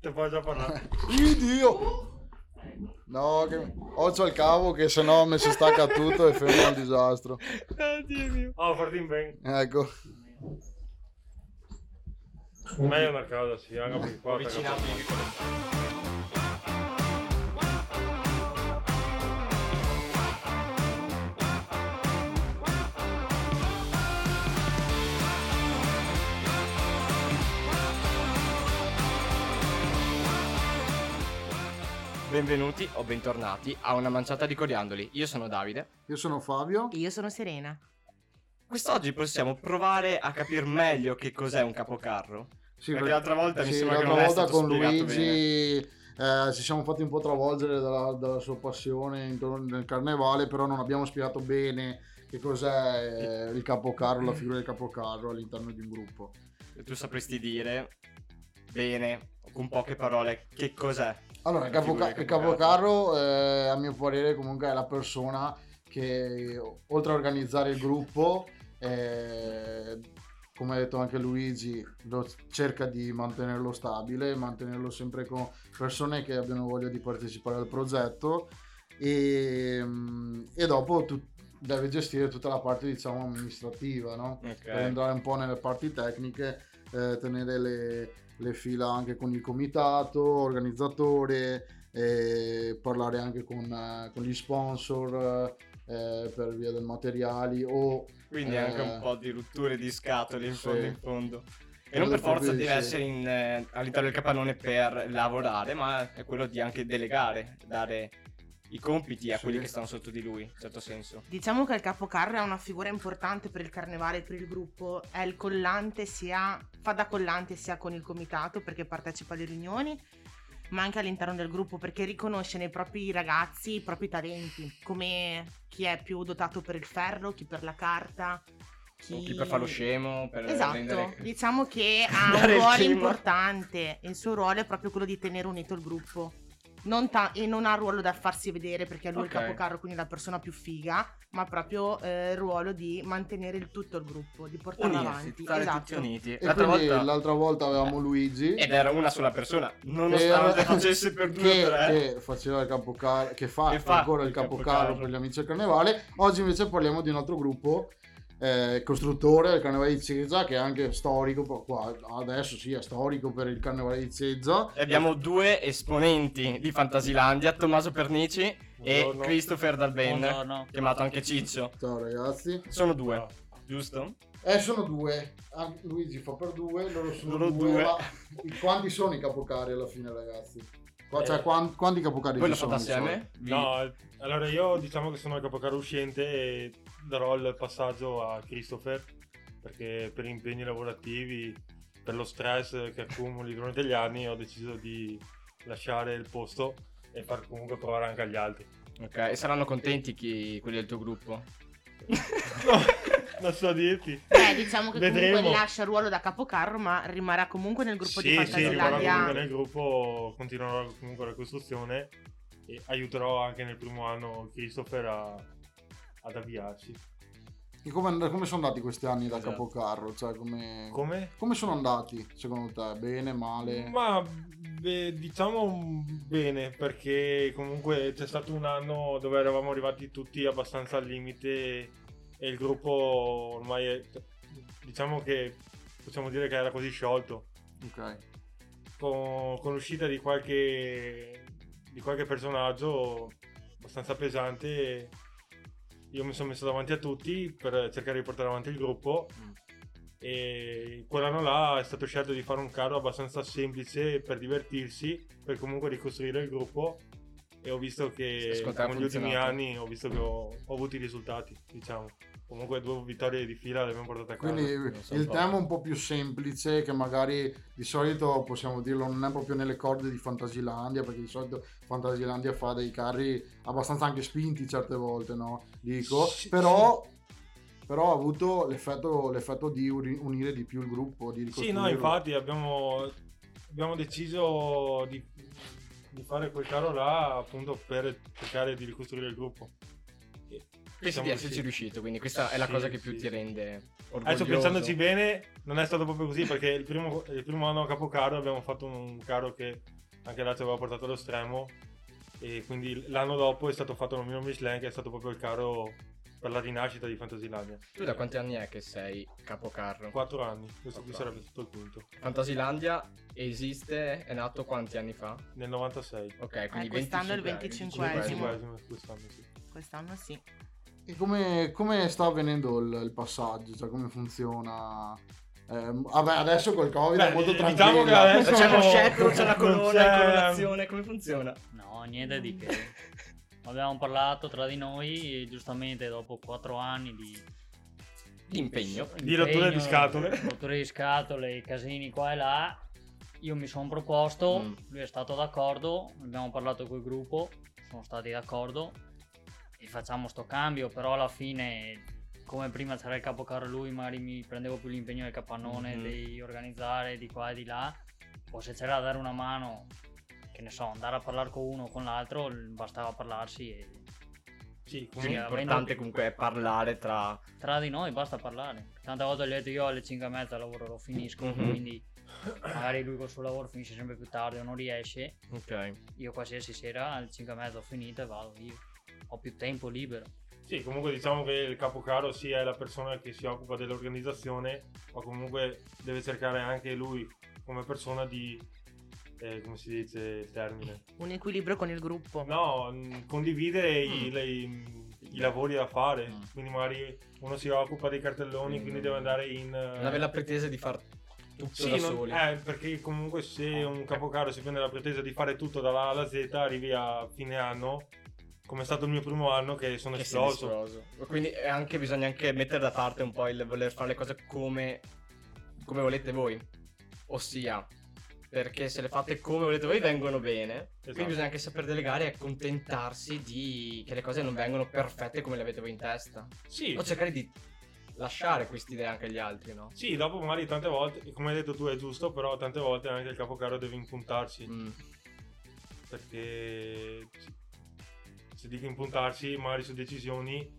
Te puoi già parlare. Dio! No, che... Occhio al cavo che sennò mi si stacca tutto e fermo al disastro. Oddio mio. Oh, farti bene. Ecco. Meglio una casa, sì, anche perché qua Benvenuti o bentornati a una manciata di coriandoli. Io sono Davide. Io sono Fabio. Io sono Serena. Quest'oggi possiamo provare a capire meglio che cos'è un capocarro. Sì, perché l'altra volta mi sembra che l'altra non è volta stato con spiegato Luigi ci siamo fatti un po' travolgere dalla sua passione intorno al carnevale, però non abbiamo spiegato bene che cos'è il capocarro, la figura del capocarro all'interno di un gruppo. E tu sapresti dire bene, con poche parole, che cos'è? Allora, il capocarro a mio parere comunque è la persona che oltre a organizzare il gruppo, come ha detto anche Luigi, cerca di mantenerlo stabile, mantenerlo sempre con persone che abbiano voglia di partecipare al progetto e dopo deve gestire tutta la parte, diciamo, amministrativa, no? Okay. Per andare un po' nelle parti tecniche, tenere le fila anche con il comitato organizzatore, parlare anche con gli sponsor per via del materiali o quindi anche un po' di rotture di scatole in sì. fondo in fondo. E non per forza deve essere all'interno del capannone per lavorare, ma è quello di anche delegare, dare i compiti a quelli che stanno sotto di lui, in certo senso. Diciamo che il capocarro è una figura importante per il carnevale e per il gruppo. È il collante, fa da collante sia con il comitato perché partecipa alle riunioni, ma anche all'interno del gruppo perché riconosce nei propri ragazzi i propri talenti, come chi è più dotato per il ferro, chi per la carta, Chi per fare lo scemo, per esatto, rendere... diciamo che ha un ruolo importante e il suo ruolo è proprio quello di tenere unito il gruppo. E non ha ruolo da farsi vedere perché lui è il capocarro, quindi la persona più figa, ma proprio il ruolo di mantenere tutto il gruppo, di portarlo avanti. Stare Esatto. tutti uniti. E l'altra volta avevamo Luigi ed era una sola persona, nonostante facesse per 2 o 3 che faceva il capocarro, che fa ancora il capocarro per gli amici del carnevale. Oggi invece parliamo di un altro gruppo, costruttore del carnevale di Cezza, che è anche storico qua, adesso sì è storico per il carnevale di Cezza. E abbiamo 2 esponenti di Fantasilandia, Tommaso Pernici e Christopher Dalben, chiamato anche Ciccio. Ciao ragazzi. Sono 2, giusto? Sono 2, Luigi fa per 2, loro sono 2. Ma quanti sono i capocarri alla fine, ragazzi? Cioè quanti capocarri voi ci sono? Voi lo fate assieme? No, allora io diciamo che sono il capocarro uscente e darò il passaggio a Christopher perché per impegni lavorativi, per lo stress che accumuli durante gli anni, ho deciso di lasciare il posto e far comunque provare anche agli altri. Ok, e saranno contenti quelli del tuo gruppo? No, non so dirti. Diciamo che Vedremo. comunque lascia il ruolo da capocarro, ma rimarrà comunque nel gruppo di Sì, rimarrò Fantasilandia. comunque nel gruppo, continuerò comunque la costruzione e aiuterò anche nel primo anno Christopher ad avviarsi. E come sono andati questi anni da capocarro? Cioè come sono andati secondo te? Bene, male? Ma diciamo bene, perché comunque c'è stato un anno dove eravamo arrivati tutti abbastanza al limite e il gruppo ormai diciamo che possiamo dire che era quasi sciolto. Ok. Con l'uscita di qualche personaggio abbastanza pesante, io mi sono messo davanti a tutti per cercare di portare avanti il gruppo e quell'anno là è stato scelto di fare un carro abbastanza semplice per divertirsi, per comunque ricostruire il gruppo, e ho visto che negli ultimi anni ho avuto i risultati, diciamo. Comunque 2 vittorie di fila le abbiamo portate a casa. Quindi il tema un po' più semplice, che magari di solito possiamo dirlo non è proprio nelle corde di Fantasilandia, perché di solito Fantasilandia fa dei carri abbastanza anche spinti certe volte, no? Dico, però ha avuto l'effetto di unire di più il gruppo, di ricostruirlo. Sì, no, infatti abbiamo deciso di fare quel carro là appunto per cercare di ricostruire il gruppo. Pensi di esserci riuscito, quindi questa è la cosa che più ti rende orgoglioso. Adesso pensandoci bene, non è stato proprio così, perché il primo anno a Capocaro abbiamo fatto un carro che anche Lazio aveva portato allo stremo, e quindi l'anno dopo è stato fatto un Michelin, che è stato proprio il carro per la rinascita di Fantasilandia. Tu da quanti anni è che sei capocarro? 4 anni, questo qui 4 sarebbe anni. stato il punto. Fantasilandia esiste, è nato quanti anni fa? Nel 96. Ok, quindi quest'anno è il 25 25esimo. Quest'anno, sì. Quest'anno sì. E come sta avvenendo il passaggio? Cioè, come funziona? Vabbè, adesso col Covid è molto tranquillo. Diciamo che adesso C'è uno scettro, c'è la non corona, c'è- incoronazione, come funziona? No, niente di che. Abbiamo parlato tra di noi e giustamente dopo 4 anni di L'impegno. Di rotture di scatole. rotture di scatole, casini qua e là, io mi sono proposto, lui è stato d'accordo, abbiamo parlato col gruppo, sono stati d'accordo e facciamo sto cambio, però alla fine come prima c'era il capocarro lui, magari mi prendevo più l'impegno del capannone di organizzare di qua e di là, o se c'era da dare una mano, che ne so, andare a parlare con uno o con l'altro, bastava parlarsi e Sì, Quindi comunque, l'importante comunque è parlare tra... tra di noi basta parlare. Tante volte gli ho detto io alle 5:30 lavorerò, finisco, Mhm. quindi magari lui col suo lavoro finisce sempre più tardi o non riesce, Ok. io qualsiasi sera alle 5:30 ho finito e vado via, ho più tempo libero. sì, comunque diciamo che il capocaro sia la persona che si occupa dell'organizzazione, ma comunque deve cercare anche lui come persona di, come si dice il termine? Un equilibrio con il gruppo. No, condividere i lavori da fare, quindi magari uno si occupa dei cartelloni, quindi deve andare in... Non avere la pretesa di far tutto Sì, da soli. perché comunque se un capocaro si prende la pretesa di fare tutto dalla A alla Z, arrivi a fine anno, come è stato il mio primo anno, che sono Che sei esploso. esploso. Quindi bisogna anche mettere da parte un po' il voler fare le cose come volete voi. Ossia, perché se le fate come volete voi vengono bene. Quindi bisogna anche saper delegare e accontentarsi che le cose non vengono perfette come le avete voi in testa. Sì, O cercare di lasciare queste idee anche agli altri, no? sì, dopo magari tante volte, come hai detto tu è giusto, però tante volte anche il capocaro deve impuntarsi, perché se dico impuntarsi magari su decisioni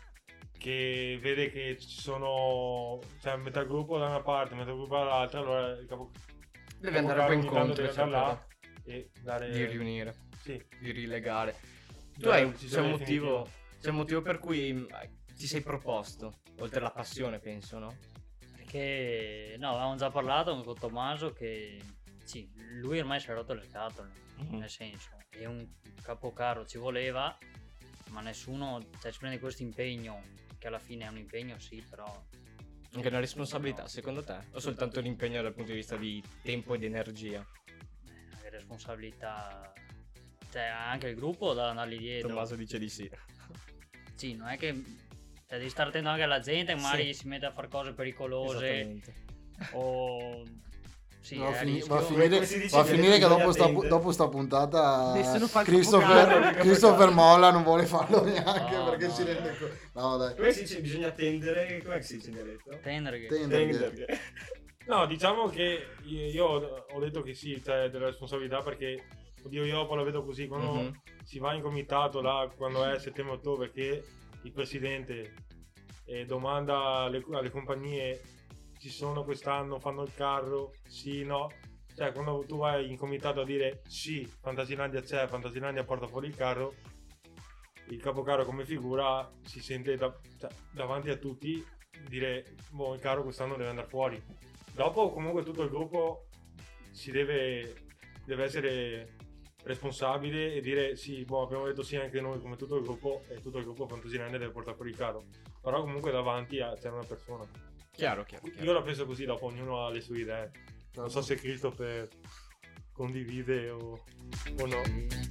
che vede che ci sono, cioè metà gruppo da una parte, metà gruppo dall'altra, allora il Deve andare un po' ogni tanto incontro deve e andare là cercare e dare... di riunire, Sì, di rilegare. Tu dare hai una c'è decisione un motivo, definitiva. c'è un motivo per cui ti sei proposto, oltre alla passione, penso, no? Perché no, avevamo già parlato con Tommaso che sì, lui ormai si è rotto le scatole, nel senso, è un capocarro, ci voleva, ma nessuno, cioè, si prende questo impegno, che alla fine è un impegno sì, però Anche una responsabilità, secondo te? O soltanto un impegno dal punto di vista di tempo e di energia? le responsabilità, cioè anche il gruppo da andargli dietro. Tommaso dice di sì. Sì, non è che, cioè, devi stare attento anche alla gente, magari si mette a fare cose pericolose Esattamente. o sì, Va a è a fini- rischio. va a finire, come si dice, va a finire che bisogna dopo attendere. dopo sta puntata Nessuno fa il capocarro. Christopher Molla non vuole farlo neanche No, perché no, si rende no. conto. No, dai. Come si dice? Bisogna attendere. Come si dice in dialetto? Tendere che Tender. No, diciamo che io ho detto che sì, c'è della responsabilità, perché oddio, io poi lo vedo così quando Mhm. si va in comitato là, quando è settembre-ottobre, che il presidente domanda alle compagnie: ci sono quest'anno, fanno il carro, sì, no. Cioè, quando tu vai in comitato a dire sì, Fantasilandia c'è, Fantasilandia porta fuori il carro, il capocarro come figura si sente davanti a tutti dire boh, il carro quest'anno deve andare fuori. Dopo comunque tutto il gruppo deve essere responsabile e dire sì, boh, abbiamo detto sì anche noi come tutto il gruppo, e tutto il gruppo Fantasilandia deve portare fuori il carro, però comunque davanti c'è una persona. Chiaro. Io la penso così, dopo ognuno ha le sue idee. Non so se Christopher condivide o no.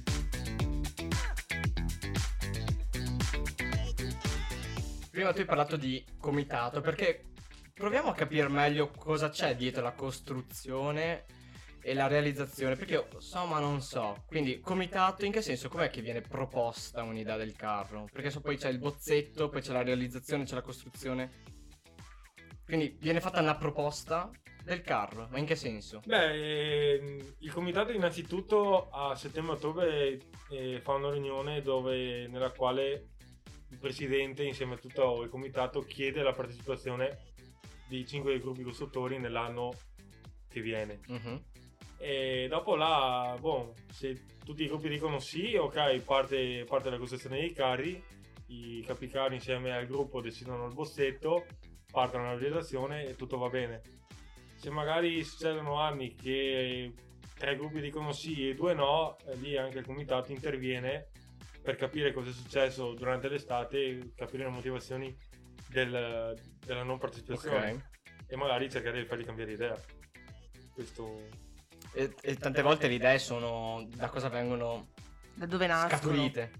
Prima tu hai parlato di comitato, perché proviamo a capire meglio cosa c'è dietro la costruzione e la realizzazione, perché io so ma non so. Quindi comitato in che senso? Com'è che viene proposta un'idea del carro? Perché poi c'è il bozzetto, poi c'è la realizzazione, c'è la costruzione. Quindi viene fatta una proposta del carro, ma in che senso? Beh, il comitato innanzitutto a settembre-ottobre fa una riunione nella quale il presidente insieme a tutto il comitato chiede la partecipazione dei 5 gruppi costruttori nell'anno che viene. E dopo là, se tutti i gruppi dicono sì, ok, parte la costruzione dei carri, i capicarri insieme al gruppo decidono il bozzetto, partono la realizzazione e tutto va bene. Se magari succedono anni che 3 gruppi dicono sì e 2 no, lì anche il comitato interviene per capire cosa è successo durante l'estate e capire le motivazioni della non partecipazione e magari cercare di fargli cambiare idea. Questo... E tante volte le idee sono da cosa vengono Da dove nascono? scaturite.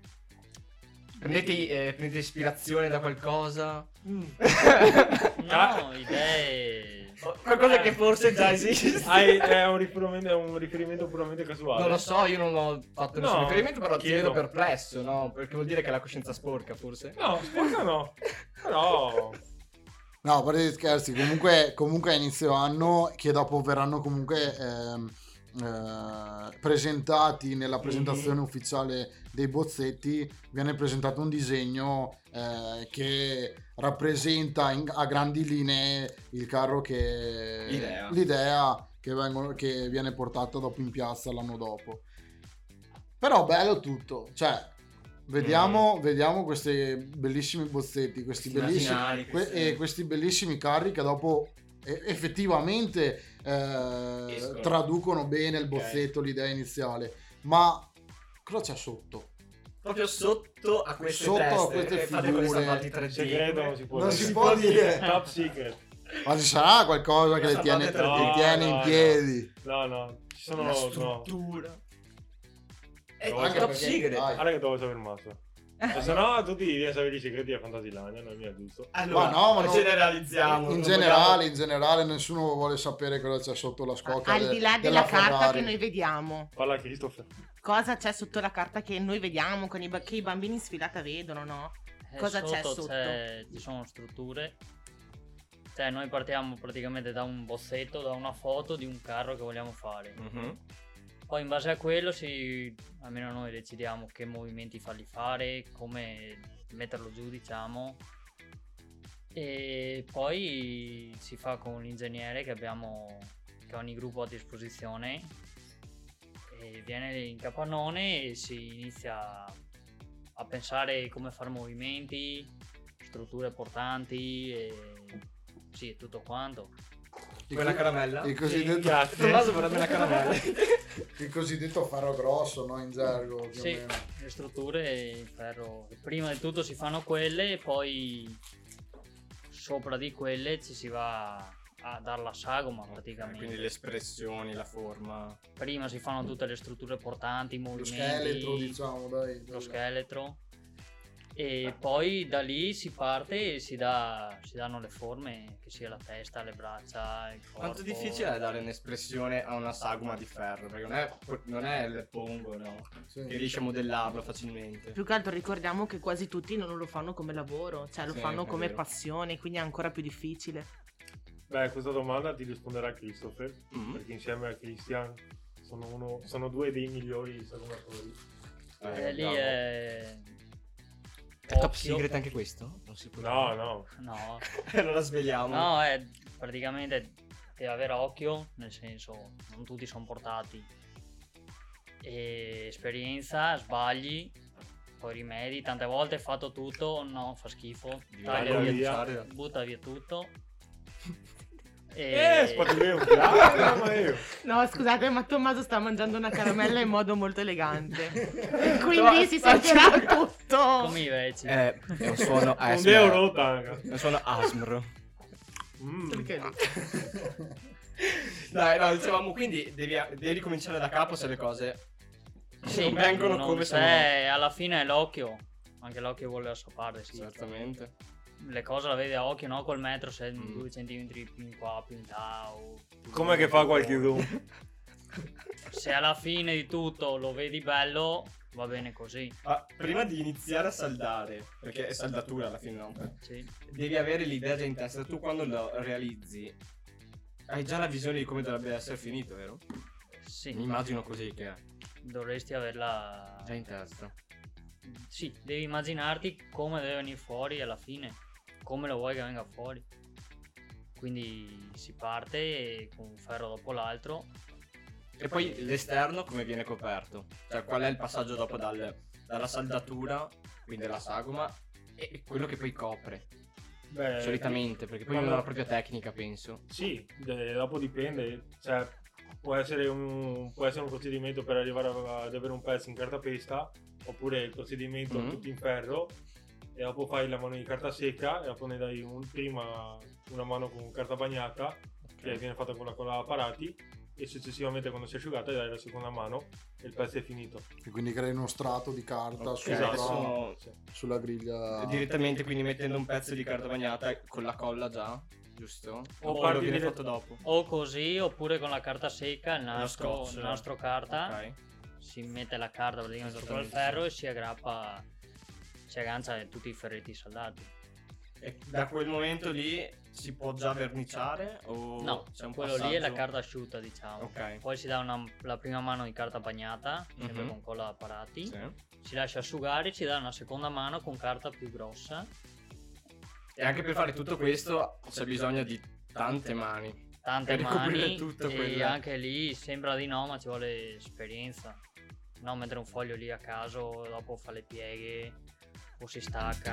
Prendete ispirazione da qualcosa? No, idee. Qualcosa che forse già esiste. È un riferimento puramente casuale. Non lo so, io non ho fatto nessun No, riferimento, però ti chiedo. vedo perplesso, no? Perché vuol dire che la coscienza sporca, forse? No, sporca no. Però... No, a parte gli scherzi, comunque a inizio anno, che dopo verranno comunque presentati nella presentazione ufficiale dei bozzetti, viene presentato un disegno che rappresenta a grandi linee il carro l'idea che viene portata dopo in piazza l'anno dopo. Però bello tutto, cioè vediamo questi bellissimi bozzetti, questi bellissimi carri che dopo effettivamente traducono bene il bozzetto, l'idea iniziale. Ma cosa c'è sotto? Proprio sotto a queste Sotto a teste, queste fate quelle figure. stampate 3D. segreto non si può Non dire. si può dire. Top secret. Ma ci sarà qualcosa che Una le tiene, stampante le 3D. tiene in No, piedi? No, ci sono... Una No. struttura. E Anche top perché- secret. dai. Guarda che dovevo sapere il mazzo. Se no tutti devi sapere i segreti a Fantasilania, non è giusto. Allora, Ma no, ma non- generalizziamo. In non generale nessuno vuole sapere cosa c'è sotto la scocca Al di là della della carta Ferrari. che noi vediamo, Parla a Christopher. cosa c'è sotto la carta che noi vediamo, che i bambini in sfilata vedono, no? Cosa c'è sotto? Ci sono strutture. Cioè, noi partiamo praticamente da un bozzetto, da una foto di un carro che vogliamo fare. Mhm. Poi in base a quello almeno noi decidiamo che movimenti fargli fare, come metterlo giù, diciamo. E poi si fa con l'ingegnere che ogni gruppo ha a disposizione. E viene in capannone e si inizia a pensare come fare movimenti, strutture portanti e sì, tutto quanto. Vuoi una caramella? Il cosiddetto, Grazie. Tommaso vorrebbe una caramella. il cosiddetto ferro grosso, no? In gergo, più Sì, o meno. le strutture in ferro. Prima di tutto si fanno quelle e poi sopra di quelle ci si va a dar la sagoma praticamente. Quindi le espressioni, la forma. Prima si fanno tutte le strutture portanti, i Lo movimenti, scheletro, diciamo, dai. lo scheletro. E poi da lì si parte e si danno le forme, che sia la testa, le braccia, il corpo. Quanto difficile è dare un'espressione a una sagoma di ferro? Perché non è il pongo, no? Sì. Che riesce a modellarlo facilmente. Più che altro ricordiamo che quasi tutti non lo fanno come lavoro, cioè lo Sì, fanno è come vero. passione, quindi è ancora più difficile. Beh, questa domanda ti risponderà Christopher, Mm. perché insieme a Christian sono 2 dei migliori sagomatori. Lì bravo. è... Top occhio. secret anche questo? Non si può No. No, non la sveliamo. no, è praticamente deve avere occhio, nel senso non tutti sono portati. E esperienza, sbagli, poi rimedi, tante volte hai fatto tutto, no, fa schifo, taglia Taglio via, via. butta via tutto. Spatuleo, ma io. No, scusate, ma Tommaso sta mangiando una caramella in modo molto elegante. No, Quindi si sentirà tutto. come i veci. È un suono Un ASMR. euro tanga. È un suono ASMR. Perché no? Dai, no, dicevamo, quindi devi ricominciare da capo se le cose non vengono non come c'è, alla fine è l'occhio, anche l'occhio vuole la sua parte, sì. Certamente. Le cose la vedi a occhio, no? Col metro se Mm. 2 centimetri più in qua, più in là. Com'è che fa qualcuno? Se alla fine di tutto lo vedi bello, va bene così. Ma prima di iniziare a saldare, perché è saldatura alla fine, no? Sì. Devi avere l'idea già in testa. Tu quando lo realizzi hai già la visione di come dovrebbe essere finito, vero? Sì. Mi immagino così che è Dovresti averla già in testa. sì, devi immaginarti come deve venire fuori alla fine, come lo vuoi che venga fuori. Quindi si parte con un ferro dopo l'altro. E poi l'esterno come viene coperto? Cioè qual è il passaggio dopo dalla saldatura, quindi la sagoma, e quello che poi copre? Beh, Solitamente, perché poi quando- non ha propria tecnica, penso. Sì, dopo dipende, cioè può essere un procedimento per arrivare ad avere un pezzo in cartapesta, oppure il procedimento tutto in ferro, e dopo fai la mano di carta secca e dopo ne dai prima una mano con carta bagnata, che viene fatta con la colla a parati, e successivamente quando si è asciugata dai la seconda mano e il pezzo è finito. E quindi crei uno strato di carta Ok, sopra, sono- sulla griglia. Direttamente, quindi mettendo un pezzo di carta bagnata con la colla già, giusto? O O parti lo viene dire- fatto dopo? O così, oppure con la carta secca, il nastro, scotch. il nastro carta, Ok. si mette la carta praticamente sopra il Esattamente, ferro sì. e si aggrappa, si aggancia tutti i ferretti saldati. E da quel momento lì si può già verniciare o No, c'è un quello lì è la passaggio? carta asciutta, diciamo. Ok. Poi si dà la prima mano di carta bagnata, sempre Mhm. con colla a parati. Sì. Si lascia asciugare, ci dà una seconda mano con carta più grossa. E anche per fare tutto questo c'è bisogno di tante mani. Tante Per ricoprire mani tutto e quel- anche lì sembra di no, ma ci vuole esperienza. No, mettere un foglio lì a caso, dopo fa le pieghe o si stacca.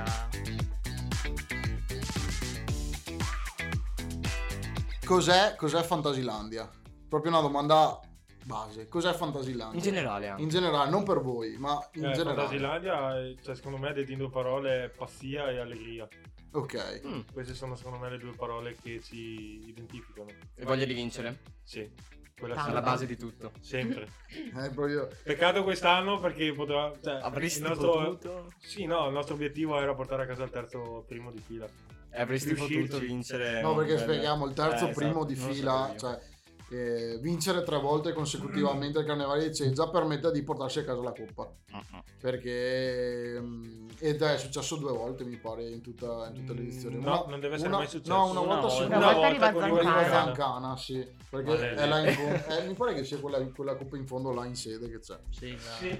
Cos'è Fantasilandia? Proprio una domanda base. Cos'è Fantasilandia? In generale anche. In generale, non per voi, ma in generale. Fantasilandia, cioè, secondo me, detto in due parole, pazzia e allegria. Ok. Mm. Queste sono secondo me le due parole che ci identificano. E voglia di vincere? Sì, quella Tanto. Alla base di tutto. sempre. Proprio... Peccato quest'anno perché poteva, cioè, Avresti il nostro, potuto? sì, no, il nostro obiettivo era portare a casa il terzo primo di fila. Avresti Riuscirci. potuto vincere. No, perché un bel- spieghiamo, il terzo primo esatto, di non lo fila, sapevo io. cioè vincere 3 volte consecutivamente il Carnevale di Ceggia permette di portarsi a casa la coppa. Perché ed è successo 2 volte mi pare in tutte le edizioni. No, non deve essere mai successo. No, una Una volta sì, volta. Una volta arriva con Zancana. Zancana, sì, perché Vale. è là mi pare che sia quella coppa in fondo là in sede che c'è. Sì, Sì.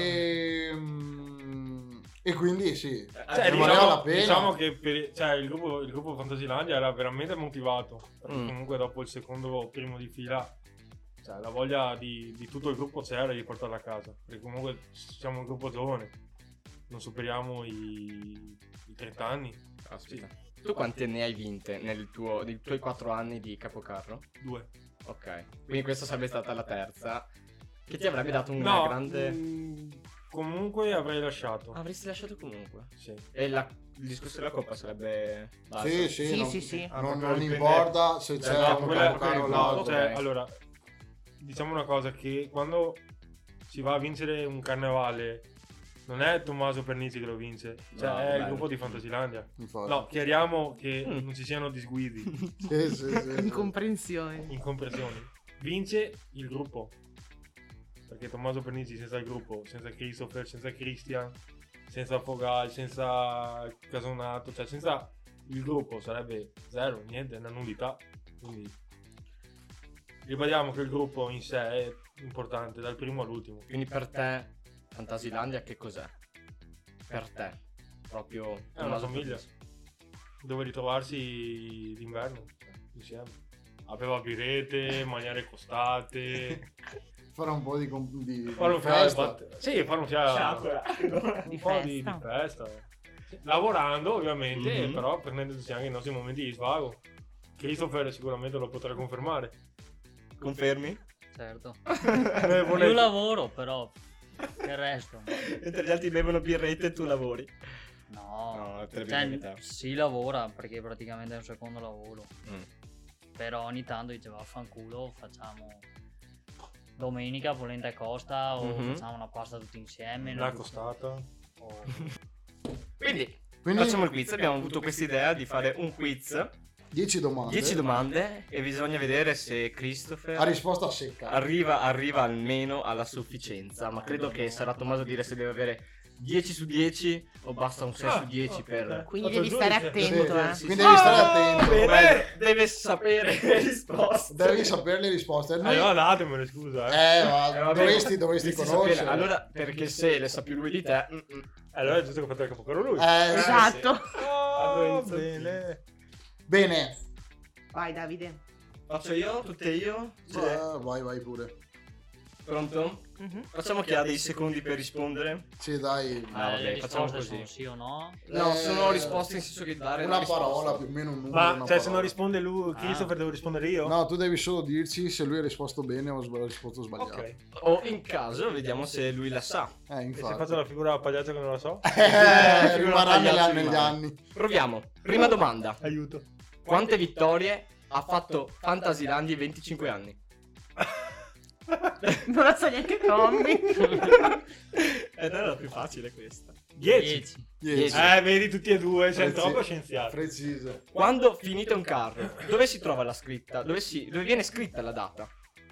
E quindi sì, Cioè, ne valeva la pena. diciamo che cioè, il gruppo Fantasilandia era veramente motivato, perché Mm. comunque dopo il secondo primo di fila, cioè, la voglia di tutto il gruppo c'era di portarla a casa, perché comunque siamo un gruppo giovane, non superiamo i 30 anni. Aspetta. Tu quante ne hai vinte nei tuoi 4 anni di capocarro? 2. Ok. Quindi questa sarebbe stata la terza. Che ti avrebbe dato una grande. Comunque avrei lasciato. Avresti lasciato comunque. Sì. E il discorso della coppa sarebbe. basta. Sì, Sì, non, sì, sì. Ah, non proprio dipende- importa se c'è No, un quella- Capocarro o no, l'altro. cioè, ok. allora, diciamo una cosa, che quando si va a vincere un carnevale non è Tommaso Pernizi che lo vince, cioè No, è il bello. gruppo di Fantasilandia. Infatti. No, chiariamo che non ci siano disguidi, Sì. Incomprensione. incomprensioni. Vince il gruppo. Perché Tommaso Pernizi senza il gruppo, senza Christopher, senza Christian, senza Fogal, senza Casonato, cioè senza il gruppo sarebbe zero, niente, è una nullità. Quindi ribadiamo che il gruppo in sé è importante, dal primo all'ultimo. Quindi per te, Fantasilandia che cos'è? Per te. Proprio. È una famiglia dove ritrovarsi d'inverno, insieme. Aveva birrette, mangiare costate, Fare un po' di fare un festa. sì, fare un Di po' di festa. festa. Lavorando ovviamente, Mhm. però prendendosi anche i nostri momenti di svago. Christopher sicuramente lo potrà confermare. Confermi? certo. Eh, Io vorrei- lavoro, però il resto Mentre gli altri bevono birrette e tu lavori. no. No, te le Cioè, bevi a metà. si lavora perché praticamente è un secondo lavoro. Mm. Però ogni tanto dice vaffanculo, facciamo domenica polenta e costa o Mhm. facciamo una pasta tutti insieme. La no? costata. O- Quindi, Quindi facciamo il quiz. Abbiamo avuto questa idea di fare un quiz. 10 domande. 10 domande. E bisogna vedere se Christopher A risposta secca. arriva almeno alla sufficienza. Ma credo che sarà Tommaso a dire se deve avere 10 su 10 o basta un 6 su 10 per... ok. Quindi Faccio devi il stare giudice. attento, Sì, quindi devi stare attento. Bene, deve sapere le risposte. Devi sapere le risposte. Noi- Allora datemele, scusa. ma vabbè, dovresti sapere. conoscere. Allora, perché se le sa più lui di te... Allora è giusto che fate il capocaro lui. Sì. Esatto. Oh, Allora, bene. Bene. Vai Davide. Faccio io, tutte io? Vai pure. Pronto? Mhm. Facciamo che ha dei secondi per rispondere. Sì, dai. vabbè, le facciamo risposte così. sono sì o no? No, sono risposte in senso che dare Una risposta. parola, più o meno un numero. Ma una cioè, se parola. non risponde lui, Christopher, devo rispondere io? No, tu devi solo dirci se lui ha risposto bene o ha risposto sbagliato. Ok. O in caso, vediamo se lui la sa. E se Infatti. faccio la figura pagliaccia che non la so? Rimarrà pagliaccio negli in anni. Proviamo. Prima domanda. Aiuto. Quante vittorie ha fatto Fantasylandia in 25 anni? Non la sa neanche Tommy. Ed era la più facile questa. 10. 10. Vedi tutti e due, sei Preci- troppo scienziato. Precise. Quando finite un carro, dove si trova la scritta? Dove viene scritta la data?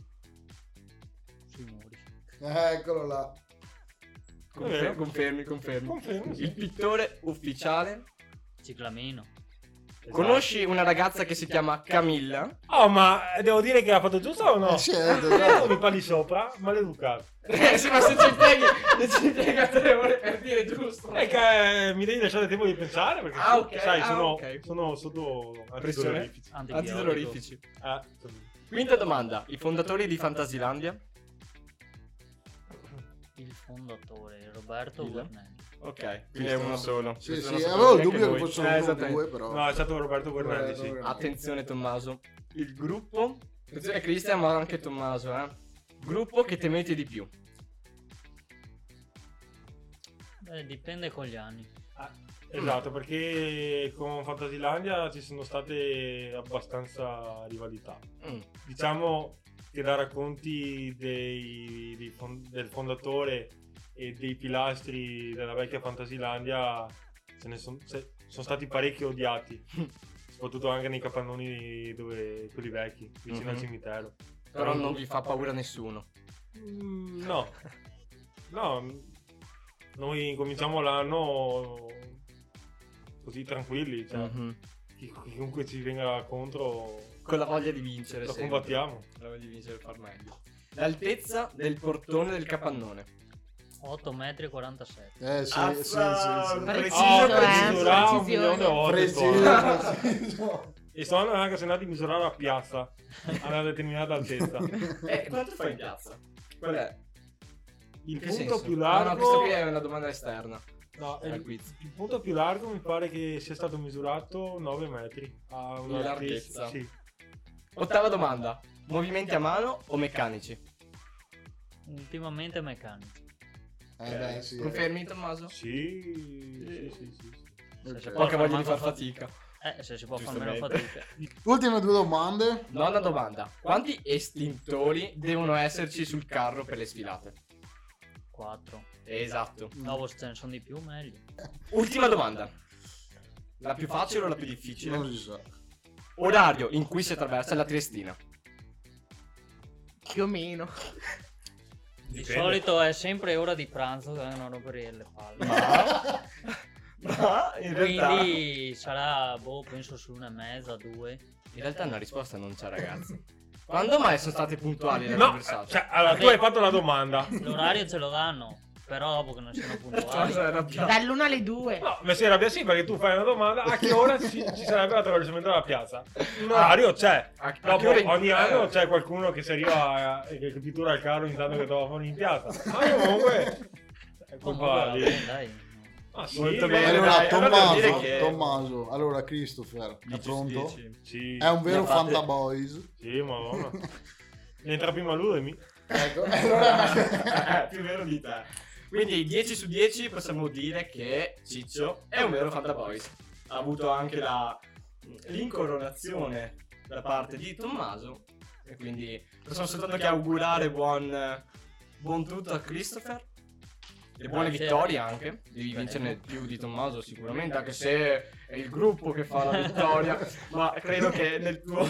Sui muri. Eccolo là. vero. Confermi. Confermo, sì. Il pittore ufficiale. Ciclamino. Esatto. Conosci una ragazza che si chiama Camilla? Oh, ma devo dire che ha fatto giusto o no? Sì, Mi parli sopra, maleducato. Sì, ma se ci impiega 3 ore per dire giusto. E che mi devi lasciare tempo di pensare perché Ah, ok, sai, ok. sono sotto Pressione? antidolorifici. Antidolorifici. Ah, Quinta domanda. I fondatori di Fantasylandia? Il fondatore Roberto Il? Guarnelli. Ok, quindi è uno solo. Sì, Questo sì, lo avevo il sapete dubbio anche che voi. fossero uno o esattamente. due, però. no, è stato Roberto Guarnelli, sì. Attenzione Tommaso. Il gruppo. Attenzione Cristian, ma anche Tommaso, Gruppo che temete di più. Dipende con gli anni. Esatto, perché con Fantasylandia ci sono state abbastanza rivalità. Diciamo che da racconti del fondatore e dei pilastri della vecchia Fantasylandia sono stati parecchi odiati, soprattutto anche nei capannoni quelli vecchi, vicino al cimitero. Però non vi fa paura nessuno. No, noi cominciamo l'anno così tranquilli, cioè chiunque ci venga contro Con la voglia di vincere. lo sempre. combattiamo. La voglia di vincere e far meglio. L'altezza del portone del capannone. 8 metri e 47. Sì. Preciso, misurare un precisione. milione di volte Preciso. e sono anche se andati a misurare a piazza a una determinata altezza. Quanto fai in piazza? Qual è? Il In che punto senso? più No, largo questo qui è una domanda esterna. no, al il, quiz. il punto più largo mi pare che sia stato misurato 9 metri a Di larghezza. Sì. Ottava domanda. Movimenti a mano o meccanici? Ultimamente meccanici. Beh, sì. Confermi Tommaso? Sì. Ok. Se Poca voglia di far far fatica. Se si può fare meno Giustamente. fatica. Ultime due domande. Nona domanda. Quanti estintori devono esserci sul carro per le sfilate? 4. Esatto. Dopo se ce ne sono di più meglio. Ultima domanda. La più facile o la più difficile? Non si sa. Orario in cui si attraversa la Triestina. Più o meno. Di solito è sempre ora di pranzo che vengono a rompere le palle. Ma in realtà... Quindi sarà, penso su 1,5, 2. In realtà una risposta non c'è, ragazzi. Quando mai sono stati puntuali le No, conversate? cioè, allora tu hai fatto la domanda. L'orario ce lo danno, però dopo che non siano puntuali. Dall'1 alle 2. No, ma si arrabbia sì perché tu fai una domanda a che ora ci sarebbe l'attraversamento della piazza. Un orario c'è. A che Dopo ora ogni anno c'è qualcuno che si arriva che pittura il carro intanto che trova fuori in piazza. Ma comunque è colpa di... Dai. Ah, sì, Molto beh, bene, Allora, dai, allora devo dire che- Tommaso, allora Christopher, è 10 su pronto? 10. Sì, È un vero Ne fate- Fantaboys. sì, madonna. Entra prima lui. Ecco, allora... È più vero di te. Quindi 10 su 10 possiamo dire che Ciccio è un vero Fantaboys. Ha avuto anche l'incoronazione da parte di Tommaso. E quindi possiamo soltanto che augurare buon tutto a Christopher. E buone Grazie. vittorie anche. Devi vincerne più di Tommaso sicuramente, anche se è il gruppo che fa la vittoria. Ma credo che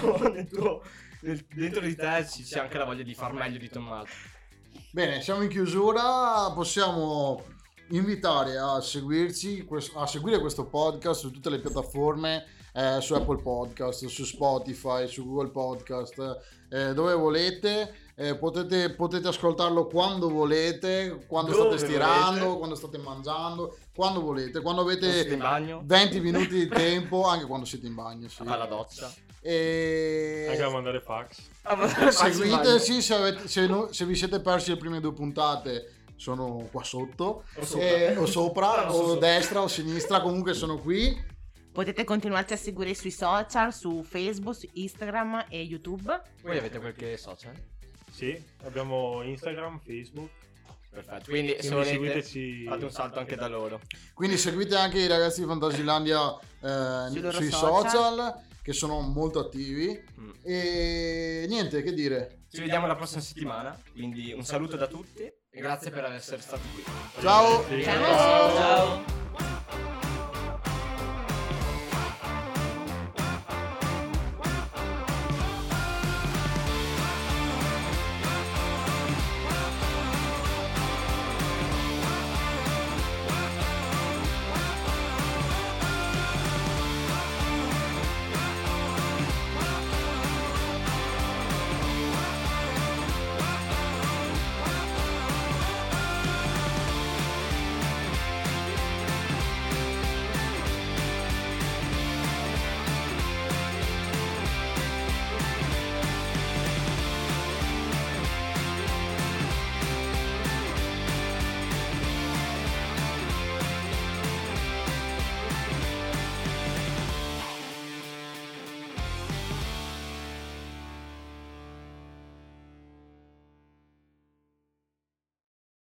dentro di te ci sia anche la voglia di far meglio di Tommaso. Bene, siamo in chiusura, possiamo invitare a seguirci, a seguire questo podcast su tutte le piattaforme, su Apple Podcast, su Spotify, su Google Podcast, dove volete. Potete ascoltarlo quando volete, quando Dove state stirando, volete. quando state mangiando, quando volete, quando Siete avete in bagno, 20 minuti di tempo, anche quando siete in bagno. Sì. alla doccia. Anche a E mandare fax. seguiteci se vi siete persi le prime 2 puntate. Sono qua sotto, O sopra, o destra o sinistra, comunque sono qui. Potete continuarci a seguire sui social, su Facebook, su Instagram e YouTube. Voi avete qualche social? Sì, abbiamo Instagram, Facebook. Perfetto, quindi se Quindi volete seguiteci. fate un salto anche da loro. Quindi seguite anche i ragazzi di Fantasilandia Sui loro sui social. social, che sono molto attivi. Mm. E niente, che dire. Ci vediamo la prossima settimana, quindi un saluto da tutti e grazie per essere stati qui. Ciao! Sì. Ciao! Ciao.